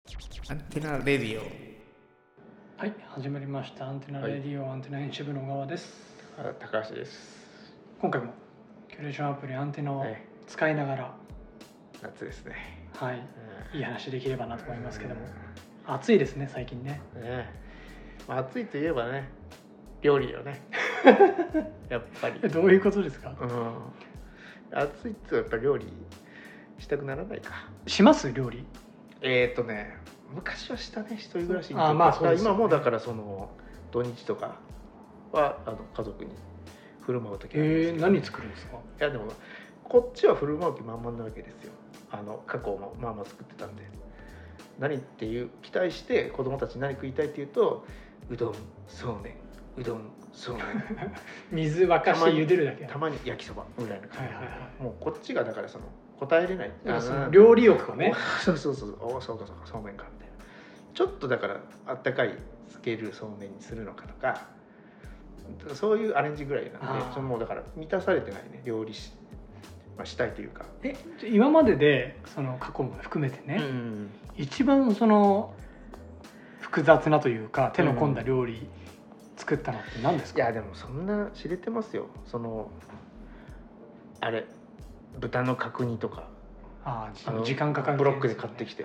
アンテナレディオ。 はい、始まりましたアンテナレディオ、アンテナ編集部の小川です。 高橋です。 今回もキュレーションアプリアンテナを使いながら、 夏ですね。 はい、いい話できればなと思いますけども、暑いですね最近ね。 暑いといえばね、料理よね。やっぱり。 どういうことですか？ 暑いとやっぱ料理したくならないか。 します料理？ 昔はしたね、一人暮らしに。 そうですよね。 今もだからその土日とかは家族に振る舞う時あるんですけど。 何作るんですか？ いやでもこっちは振る舞う気満々なわけですよ。過去もまあまあ作ってたんで、何っていう期待して子供たち何食いたいっていうと、うどんそうめんうどんそうめん水沸かして茹でるだけ。 たまに焼きそばぐらいな感じ、 はいはいはい、 もうこっちがだからその答えれない、 料理欲をね。 そうそうかそうかそうめんかみたいな、ちょっとだからあったかいつけるそうめんにするのかとか、そういうアレンジぐらいなんで、そのもうだから満たされてないね、料理したいというか。 今まででその過去も含めてね、一番その複雑なというか手の込んだ料理作ったのって何ですか？ いやでもそんな知れてますよ。そのあれ豚の角煮とか、 時間かかる、 ブロックで買ってきて、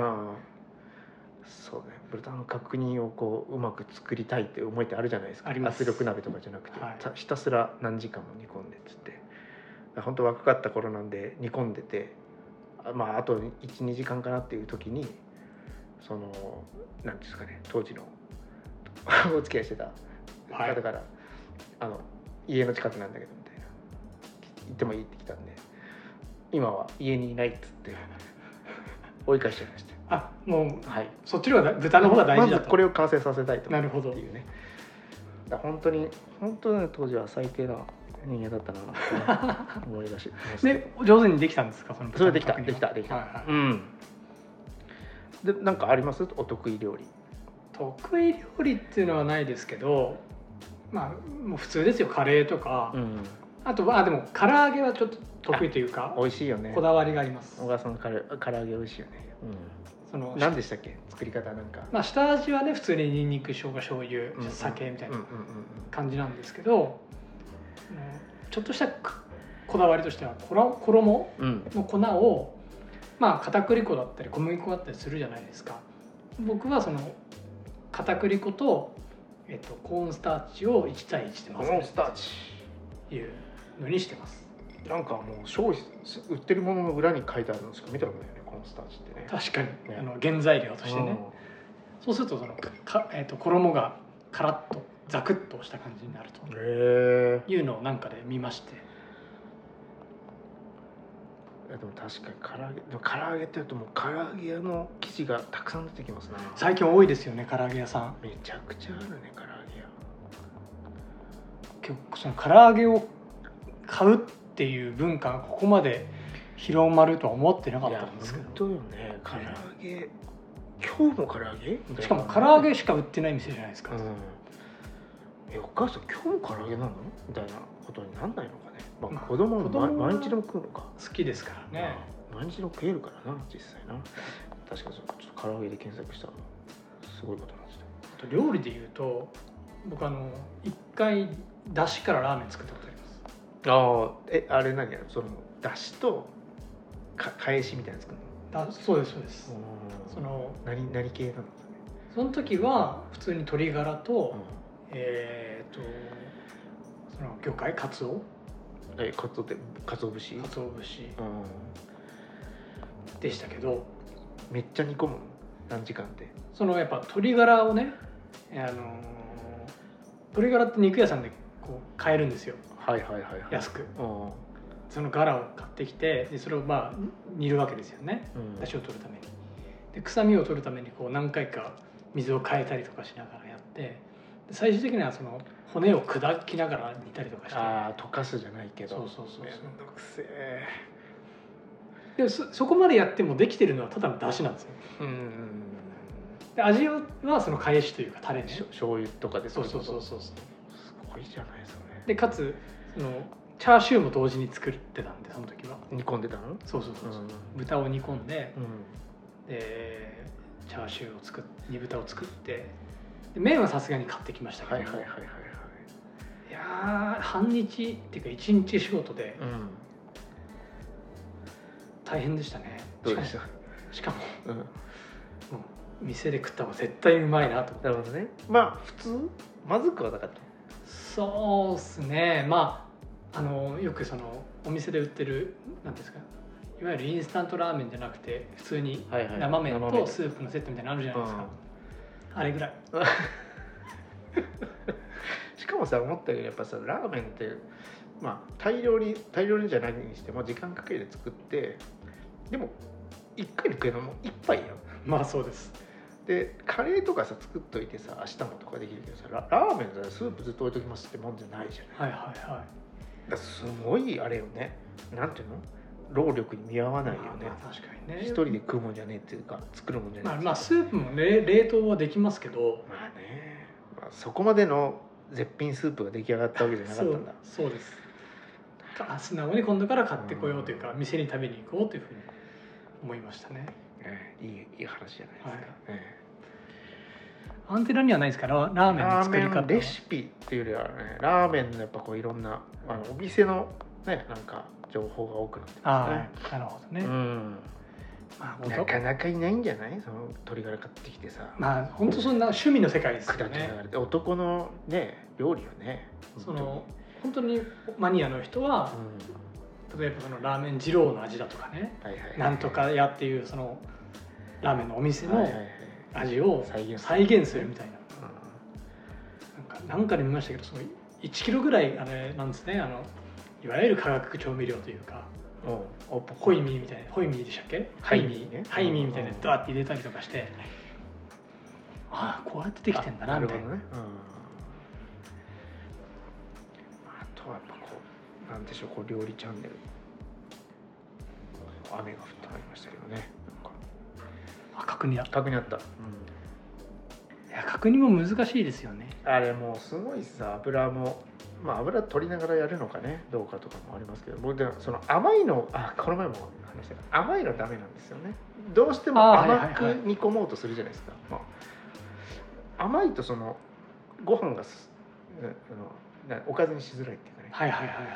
そうね、豚の角煮をこううまく作りたいって思いってあるじゃないですか。圧力鍋とかじゃなくて、ひたすら何時間も煮込んでっつって、本当若かった頃なんで煮込んでて、あと 1,2 時間かなっていう時に、そのなんですかね、当時のお付き合いしてた方から、家の近くなんだけどみたいな、行ってもいいって来たんで、今は家にいないっつって追い返しちゃいました。 もう、そっちの方が豚の方が大事だと。 まずこれを完成させたいとなるほどっていうね。だ本当に当時は最低な人間だったなって思い出しで上手にできたんですか？ それできた、でなんかあります？お得意料理。 得意料理っていうのはないですけど、もう普通ですよ。カレーとか、あとはでも唐揚げはちょっと得意というか、 美味しいよね。 こだわりがあります。 小川さんの唐揚げ美味しいよね。何でしたっけ、作り方なんか。 下味はね普通にニンニク、生姜、醤油、酒みたいな感じなんですけど、ちょっとしたこだわりとしては衣の粉を、片栗粉だったり小麦粉だったりするじゃないですか。僕はその片栗粉と、コーンスターチを1対1で混ぜる。 コーンスターチいうのにしてます。 なんかもう売ってるものの裏に書いてあるのしか見たことないよね、コーンスターチってね。 確かに、原材料としてね。そうするとその衣がカラッとザクッとした感じになるというのをなんかで見まして。 でも確かに唐揚げって言うと、もう唐揚げ屋の生地がたくさん出てきますね。 最近多いですよね、唐揚げ屋さん。 めちゃくちゃあるね、唐揚げ屋。 今日その唐揚げを買うっていう文化がここまで広まるとは思ってなかったんですけど。 本当よね、唐揚げ、今日も唐揚げ？ しかも唐揚げしか売ってない店じゃないですか。 お母さん今日も唐揚げなのみたいなことになんないのかね。子供も毎日でも食うのか。 好きですからね。 毎日でも食えるからな、実際な。確かにちょっと唐揚げで検索したらすごいことになってた。 あと料理でいうと、僕一回だしからラーメン作ったことあります。 あれ何やる？そのだしと返しみたいなの作るの？ そうですそうです。その何系なのかね。 その時は普通に鶏ガラと、その魚介カツオかつお節でしたけど、 めっちゃ煮込むの？何時間で？ そのやっぱ鶏ガラをね、鶏ガラって肉屋さんでこう買えるんですよ。安く。そのガラを買ってきて、でそれを煮るわけですよね、出汁を取るために。で臭みを取るためにこう何回か水を変えたりとかしながらやって、で最終的にはその骨を砕きながら煮たりとかして。 溶かすじゃないけど。 そうめんどくせえ。 でそこまでやってもできてるのはただの出汁なんですよ。で味はその返しというかタレね、 醤油とかで。 そうすごいじゃないですかね。 でかつそのチャーシューも同時に作ってたんで、その時は煮込んでたの？ そう、豚を煮込んで、でチャーシューを作って煮豚を作ってで麺はさすがに買ってきましたけども、いや半日っていうか1日仕事で大変でしたね。 どうでした？ しかも、もう店で食った方が絶対うまいなと。 なるほどね。まあ普通まずくはなかった。 そうですね。まあよくそのお店で売ってるなんですか、いわゆるインスタントラーメンじゃなくて普通に生麺とスープのセットみたいなのあるじゃないですか。あれぐらい。 しかもさ思ったよりやっぱさラーメンってまあ大量にじゃないにしても時間かけて作ってでも1回で食えるのも1杯やん。 まあそうです。 でカレーとかさ作っといてさ明日もとかできるけどさラーメンだスープずっと置いときますってもんじゃないじゃない。 はいはいはい。 だすごいあれよね。なんていうの労力に見合わないよね。 まあ確かにね。 一人で食うもんじゃねえっていうか作るもんじゃねえ。 まあスープも冷凍はできますけど。 まあね。まあ、そこまでの絶品スープが出来上がったわけじゃなかったんだ。 そうです。素直に今度から買ってこようというか、店に食べに行こうというふうに思いましたね。 いい話じゃないですか。 アンテナにはないですからラーメンの作り方レシピっていうよりはねラーメンのやっぱこういろんなお店のねなんか情報が多くなってますね。 なるほどね。 まあ、なかなかいないんじゃないその鶏ガラ買ってきてさ。 まあ本当そんな趣味の世界ですよね。 男のね料理をねその本当にマニアの人は、例えばそのラーメン二郎の味だとかね、なんとかやっていうそのラーメンのお店の味を再現するみたいな。なんかで見ましたけどその1キロぐらいあれなんですねいわゆる化学調味料というか。ホイミーみたいなホイミーでしたっけ？ハイミーみたいなダーって入れたりとかして、ああこうやってできてんだなみたいな。あとはやっぱこうなんでしょうこう料理チャンネル雨が降ってまいりましたけどね。 角煮あった。 いや角煮も難しいですよね。 あれもうすごいさ油も。まあ油取りながらやるのかねどうかとかもありますけど僕でその甘いのこの前も話したけど甘いのダメなんですよね。どうしても甘く煮込もうとするじゃないですか。甘いとそのご飯がおかずにしづらいっていうかね。 確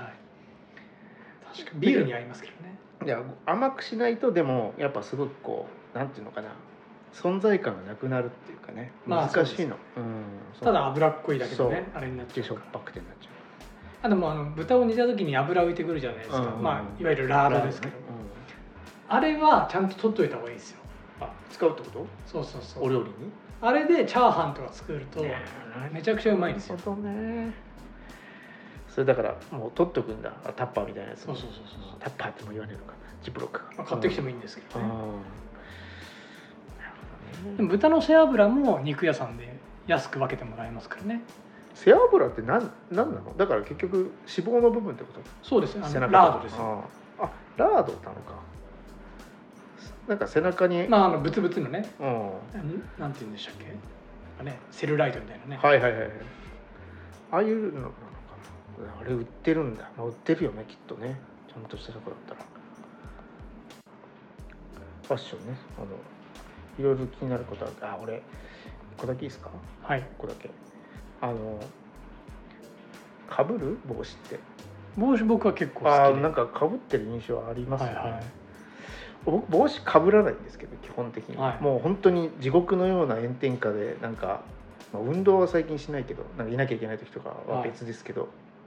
かにビールに合いますけどね。 いや甘くしないとでもやっぱすごくこうなんていうのかな存在感がなくなるっていうかね難しいの。 ただ脂っこいだけでねあれになっちゃう。 しょっぱくてになっちゃう。 でも豚を煮た時に油浮いてくるじゃないですか。いわゆるラードですけど、あれはちゃんと取っといた方がいいですよ。 使うってこと？ そうお料理にあれでチャーハンとか作るとめちゃくちゃうまいんですよ。 なるほどね。それだからもう取っとくんだタッパーみたいなやつ。 そうタッパーっても言われるのかジップロック買ってきてもいいんですけどね。でも豚の背脂も肉屋さんで安く分けてもらえますからね。 背脂って何なの？だから結局脂肪の部分ってこと？ そうです。ラードですよ。 ラードなのか。なんか背中にブツブツのね、なんて言うんでしたっけ？セルライトみたいなね。 ああいうのなのかな。あれ売ってるんだ。売ってるよねきっとね。ちゃんとしたとこだったら。ファッションね。いろいろ気になることある。俺1個だけいいですか？ はい。 1個だけ。かぶる帽子って帽子僕は結構好きでなんかかぶってる印象はありますよね。僕帽子かぶらないんですけど基本的に、もう本当に地獄のような炎天下でなんか、運動は最近しないけどなんかいなきゃいけない時とかは別ですけど、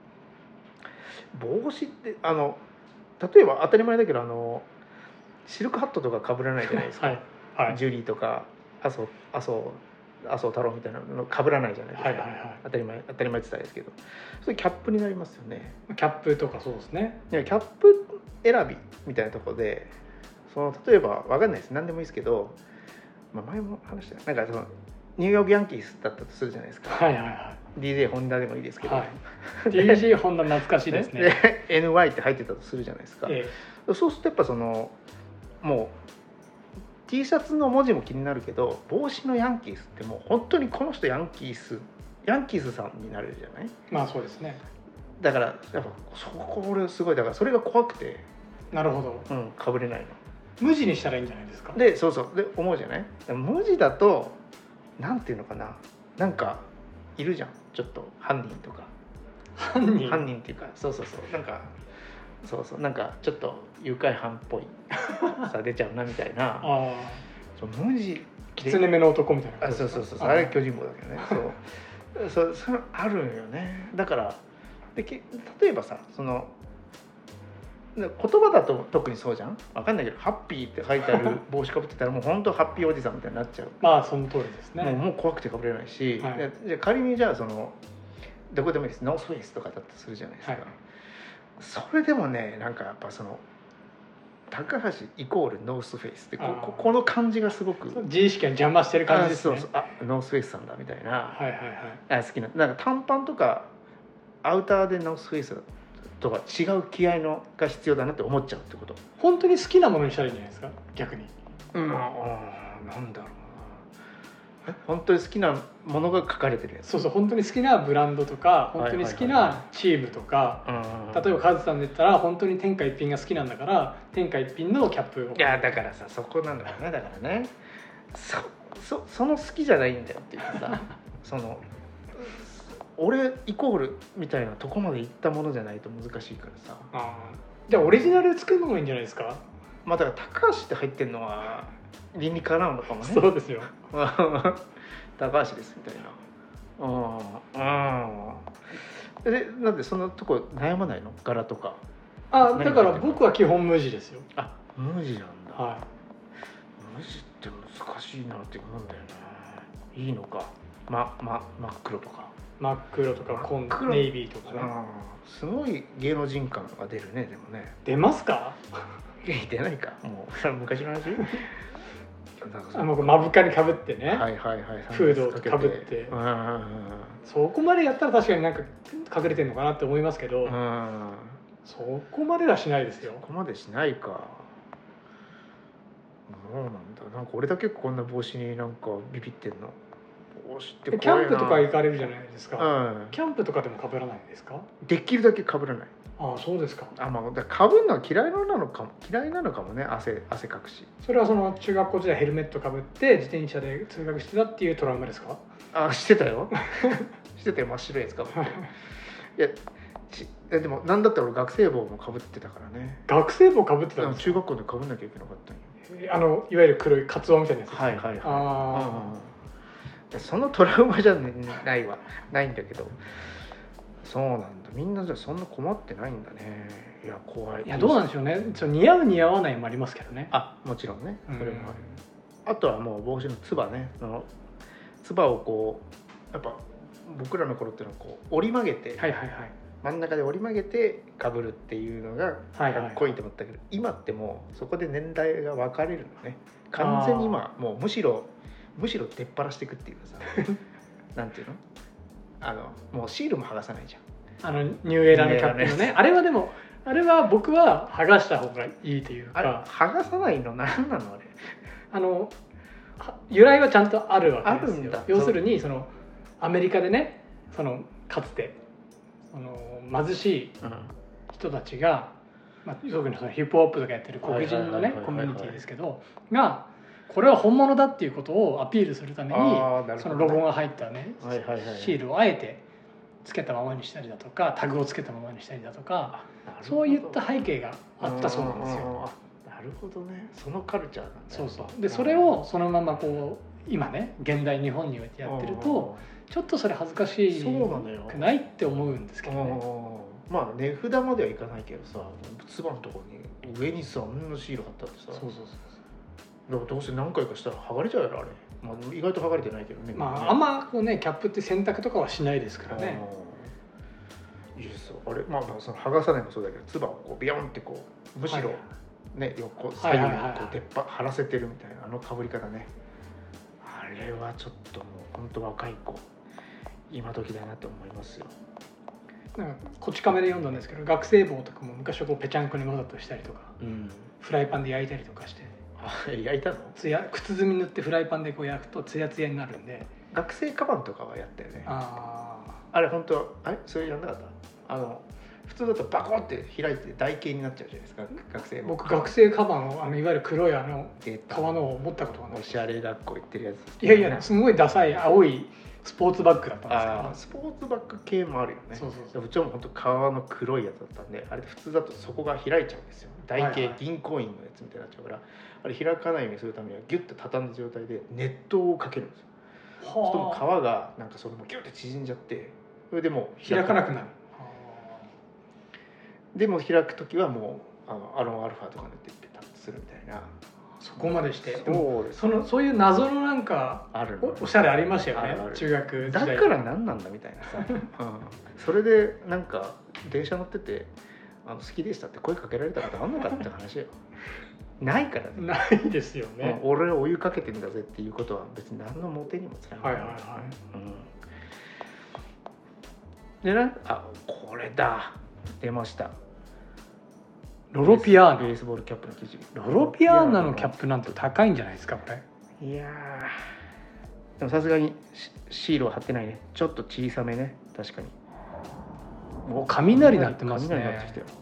帽子って例えば当たり前だけどシルクハットとかかぶらないじゃないですか。ジュリーとか麻生太郎みたいなの被らないじゃないですか。当たり前って言ったらですけどそれキャップになりますよね。 キャップとかそうですね。 キャップ選びみたいなところで例えば分かんないです何でもいいですけど、前も話したなんかニューヨークヤンキースだったとするじゃないですか。DJ ホンダでもいいですけど、 DJ ホンダ懐かしいですね。 NY って入ってたとするじゃないですか。そうするとやっぱもうT シャツの文字も気になるけど帽子のヤンキースってもう本当にこの人ヤンキースさんになれるじゃない。 そうですね。 だからやっぱそこ俺すごいだからそれが怖くて。 なるほど。 かぶれないの。 無地にしたらいいんじゃないですか。 でそうそうで思うじゃない。無地だとなんていうのかな、なんかいるじゃん、ちょっと犯人とか犯人っていうかそうなんかそうなんかちょっと誘拐犯っぽいさ出ちゃうなみたいなそう無地狐目の男みたいな。 そうあれ巨人坊だけどねそれあるんよね。だからで例えばさその言葉だと特にそうじゃん、分かんないけどハッピーって書いてある帽子かぶってたらもう本当ハッピーおじさんみたいになっちゃう。 まあその通りですね。 もう怖くてかぶれないし、 はい、 じゃあ仮にじゃあそのどこでもいいです、ノースフェイスとかだったとするじゃないですか、はい、それでもねなんかやっぱその高橋イコールノースフェイスってこの感じがすごく自意識が邪魔してる感じですね。 そうノースフェイスさんだみたいな、 はいはいはい、 好きななんか短パンとかアウターでノースフェイスとか違う気合いのが必要だなって思っちゃうってこと。 本当に好きなものにしたらいいんじゃないですか逆に。 なんだろうな、本当に好きなものが書かれてるやつ。 そう本当に好きなブランドとか本当に好きなチームとか、例えばカズさんで言ったら本当に天下一品が好きなんだから天下一品のキャップを。 いやだからさそこなんだよね。だからねその好きじゃないんだよっていうかさその俺イコールみたいなとこまでいったものじゃないと難しいからさ。 じゃあオリジナル作るのがいいんじゃないですか。 まあだから高橋って入ってるのは理にかなうのかもね。 そうですよ高橋ですみたいな。でなんでそのとこ悩まないの柄とか。 だから僕は基本無地ですよ。 無地なんだ。 はい。 無地って難しいなって思うんだよな。いいのか。真っ黒とか。 真っ黒とかネイビーとかね。 すごい芸能人感が出るね。でもね。 出ますか？ 出ないか。もう昔の話。 目深にかぶってね。 はいフードをかぶって。そこまでやったら確かになんか隠れてるのかなって思いますけど。そこまではしないですよ。 そこまでしないか。そうなんだ。なんか俺だけこんな帽子になんかビビってんの。帽子って怖いな。 キャンプとか行かれるじゃないですか。キャンプとかでも被らないんですか？ できるだけ被らない。 そうですか。 だから被るのは嫌いなのかもね。汗かくし。 それはその中学校時代ヘルメットかぶって自転車で通学してたっていうトラウマですか？ してたよ。してたよ、真っ白いやつかぶって。いやでもなんだったら俺学生帽もかぶってたからね。 学生帽かぶってたんですか？ 中学校でかぶんなきゃいけなかったの。いわゆる黒いカツオみたいなやつですね。 そのトラウマじゃないんだけど。そうなんだ。みんなじゃそんな困ってないんだね。いや怖い。 いやどうなんでしょうね。似合う似合わないもありますけどね。 もちろんね。それもある。あとはもう帽子のつばね。つばをこうやっぱ僕らの頃っていうのはこう折り曲げて、真ん中で折り曲げてかぶるっていうのがかっこいいと思ったけど、今ってもうそこで年代が分かれるのね。完全に今もうむしろ出っ張らしていくっていうかさなんていうのもうシールも剥がさないじゃん。 ニューエラのキャップのね。あれは僕は剥がした方がいいというか。 剥がさないの何なのあれ。 由来はちゃんとあるわけですよ。 あるんだ。 要するにアメリカでねかつて貧しい人たちが、特にヒップホップとかやってる黒人のねコミュニティですけどがこれは本物だっていうことをアピールするためにそのロゴが入ったねシールをあえてつけたままにしたりだとかタグをつけたままにしたりだとかそういった背景があったそうなんですよ。 なるほどね。そのカルチャーなんだ。 でそれをそのままこう今ね現代日本においてやってるとちょっとそれ恥ずかしくないって思うんですけどね。 値札まではいかないけどさ、つばのところに上にさシール貼ったってさ。だからどうせ何回かしたら剥がれちゃうやろあれ。意外と剥がれてないけどね。 あんまこうねキャップって洗濯とかはしないですからね。 いいですよ。その剥がさないもそうだけど、つばをこうビヨンってこうむしろね横左右にこう出っ張らせてるみたいなかぶり方ね。あれはちょっともう本当若い子今時だなと思いますよ。 こち亀で読んだんですけど、学生帽とかも昔はこうぺちゃんこにわざとしたりとか、フライパンで焼いたりとかして。 焼いたの？ 靴墨塗ってフライパンでこう焼くとツヤツヤになるんで。 学生カバンとかはやったよね。あれ本当それやんなかった？ 普通だとバコって開いて台形になっちゃうじゃないですか、学生も。 僕学生カバンをいわゆる黒い革のを持ったことがない。 おしゃれ学校行ってるやつ。 いやいや、すごいダサい青いスポーツバッグだったんですけど、スポーツバッグ系もあるよね。うちも本当革の黒いやつだったんで、あれ普通だと底が開いちゃうんですよ。台形、銀行員のやつみたいになっちゃうから、あれ開かないようにするためにはギュッと畳んだ状態で熱湯をかけるんですよ。そうすると革がなんかそのギュッて縮んじゃって、それでもう開かなくなる。 でも開くときはもうアロンアルファとか塗ってペタッとするみたいな。 そこまでして。そういう謎のなんかおしゃれありましたよね。中学時代。 だから何なんだみたいなさ。それでなんか電車乗ってて好きでしたって声かけられたことあんのかって話よ。ないからね。 ないですよね。 俺お湯かけてんだぜっていうことは別に何のモテにもつながらない。でね、これだ、出ました。 ロロピアーナ。 ベースボールキャップの生地。 ロロピアーナのキャップなんて高いんじゃないですかこれ。 いやー、でもさすがにシールは貼ってないね。ちょっと小さめね、確かに。 もう雷鳴ってますね。 雷鳴ってきたよ。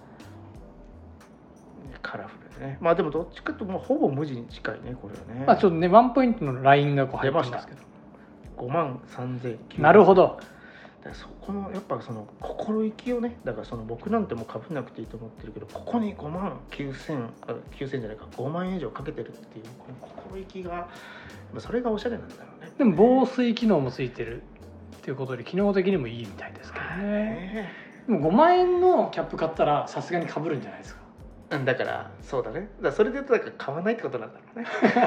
カラフルでね。まあでもどっちかというとほぼ無地に近いねこれはね。 ちょっとねワンポイントのラインがこう入ってますけど。 53,900。 なるほど。 そこのやっぱその心意気をね、だからその僕なんてもうかぶんなくていいと思ってるけど、ここに59,000じゃないか5万円以上かけてるっていうこの心意気が、それがおしゃれなんだろうね。 でも防水機能もついてるっていうことで機能的にもいいみたいですけどね。でも5万円のキャップ買ったらさすがにかぶるんじゃないですか。 だからそうだね。だからそれで言うとだから買わないってことなんだろうね。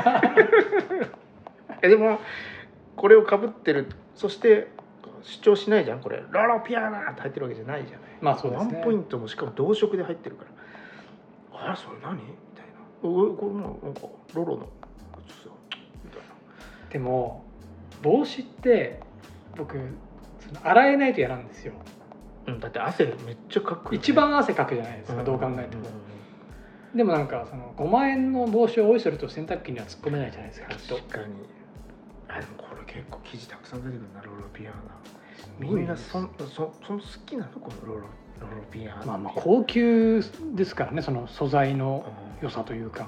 でもこれをかぶってる、そして主張しないじゃんこれ。ロロピアーナって入ってるわけじゃないじゃない。 まあそうですね。 ワンポイントもしかも同色で入ってるから、あれそれ何みたいな。これもなんかロロのみたいな。 でも帽子って僕洗えないと嫌なんですよ。 だって汗めっちゃかく、ね、 一番汗かくじゃないですか、どう考えても。でもなんかその5万円の帽子をおいそれと洗濯機には突っ込めないじゃないですか。 確かに。でもこれ結構生地たくさん出てくるな、ロロピアーナ。みんなその好きなのこのロロピアーナ。 まあ高級ですからね、その素材の良さというか。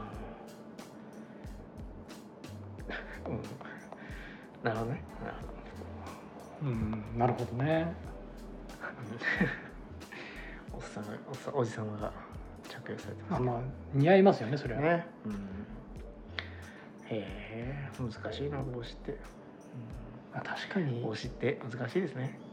なるほどね。 なるほどね。 おじさまが着用されてます。 似合いますよねそれはね。へえ、難しいな帽子って。 確かに帽子って難しいですね。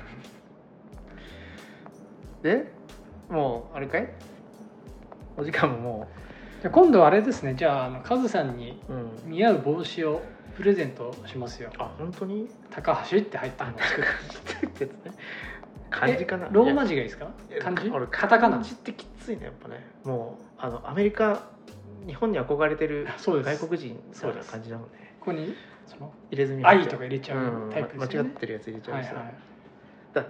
でもうあれかい、お時間ももう。じゃ今度あれですね。じゃあカズさんに似合う帽子をプレゼントしますよ。 本当に？ 高橋って入ったのを作ってやつね。漢字かな。 ローマ字がいいですか？漢字？カタカナ。 漢字ってきついねやっぱね。もうアメリカ、日本に憧れてる外国人みたいな感じだもんね。 ここにその入れ墨愛とか入れちゃうタイプですよね。 間違ってるやつ入れちゃうしさ。だ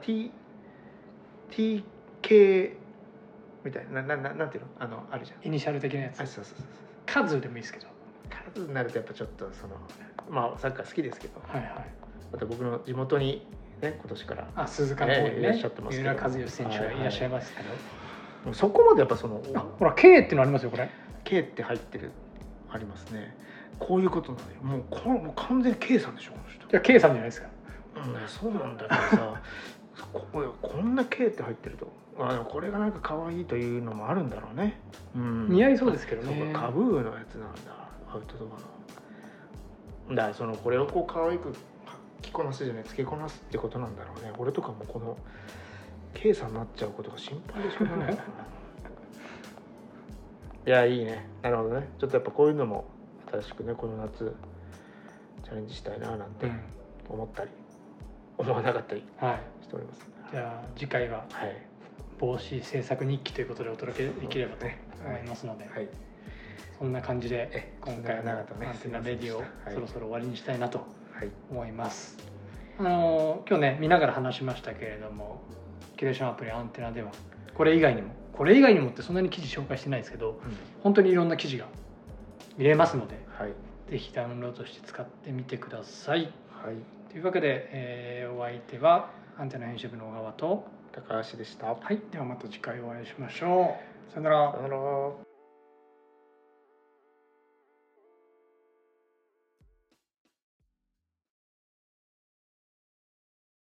TK みたいな、なんていうの、あるじゃん。 イニシャル的なやつ。 そう。 カズでもいいですけど。 カズになるとやっぱちょっとサッカー好きですけど。あと僕の地元にね今年から鈴鹿の方にねいらっしゃってますけど、 三浦知良選手がいらっしゃいますけど、 そこまでやっぱほら K っていうのありますよこれ。 K って入ってるありますね。こういうことなのよ。もう完全に K さんでしょこの人。 いや K さんじゃないですか。 そうなんだけどさこんな K って入ってると、これがなんか可愛いというのもあるんだろうね。 似合いそうですけどね。 そうか、カブーのやつなんだ、アウトドアの。だからこれを可愛く着こなすじゃない、つけこなすってことなんだろうね。俺とかもこの K さんになっちゃうことが心配でしょうがないいやいいね。なるほどね。ちょっとやっぱこういうのも新しくねこの夏チャレンジしたいななんて思ったり、思わなかったりしております。 じゃあ次回は帽子制作日記ということでお届けできればと思いますので、そんな感じで今回のアンテナレディをそろそろ終わりにしたいなと思います。今日ね見ながら話しましたけれども、キュレーションアプリアンテナではこれ以外にもってそんなに記事紹介してないですけど、本当にいろんな記事が見れますので、ぜひダウンロードして使ってみてください。というわけで、お相手はアンテナ編集部の小川と高橋でした。 はい、ではまた次回お会いしましょう。さよなら。 さよなら。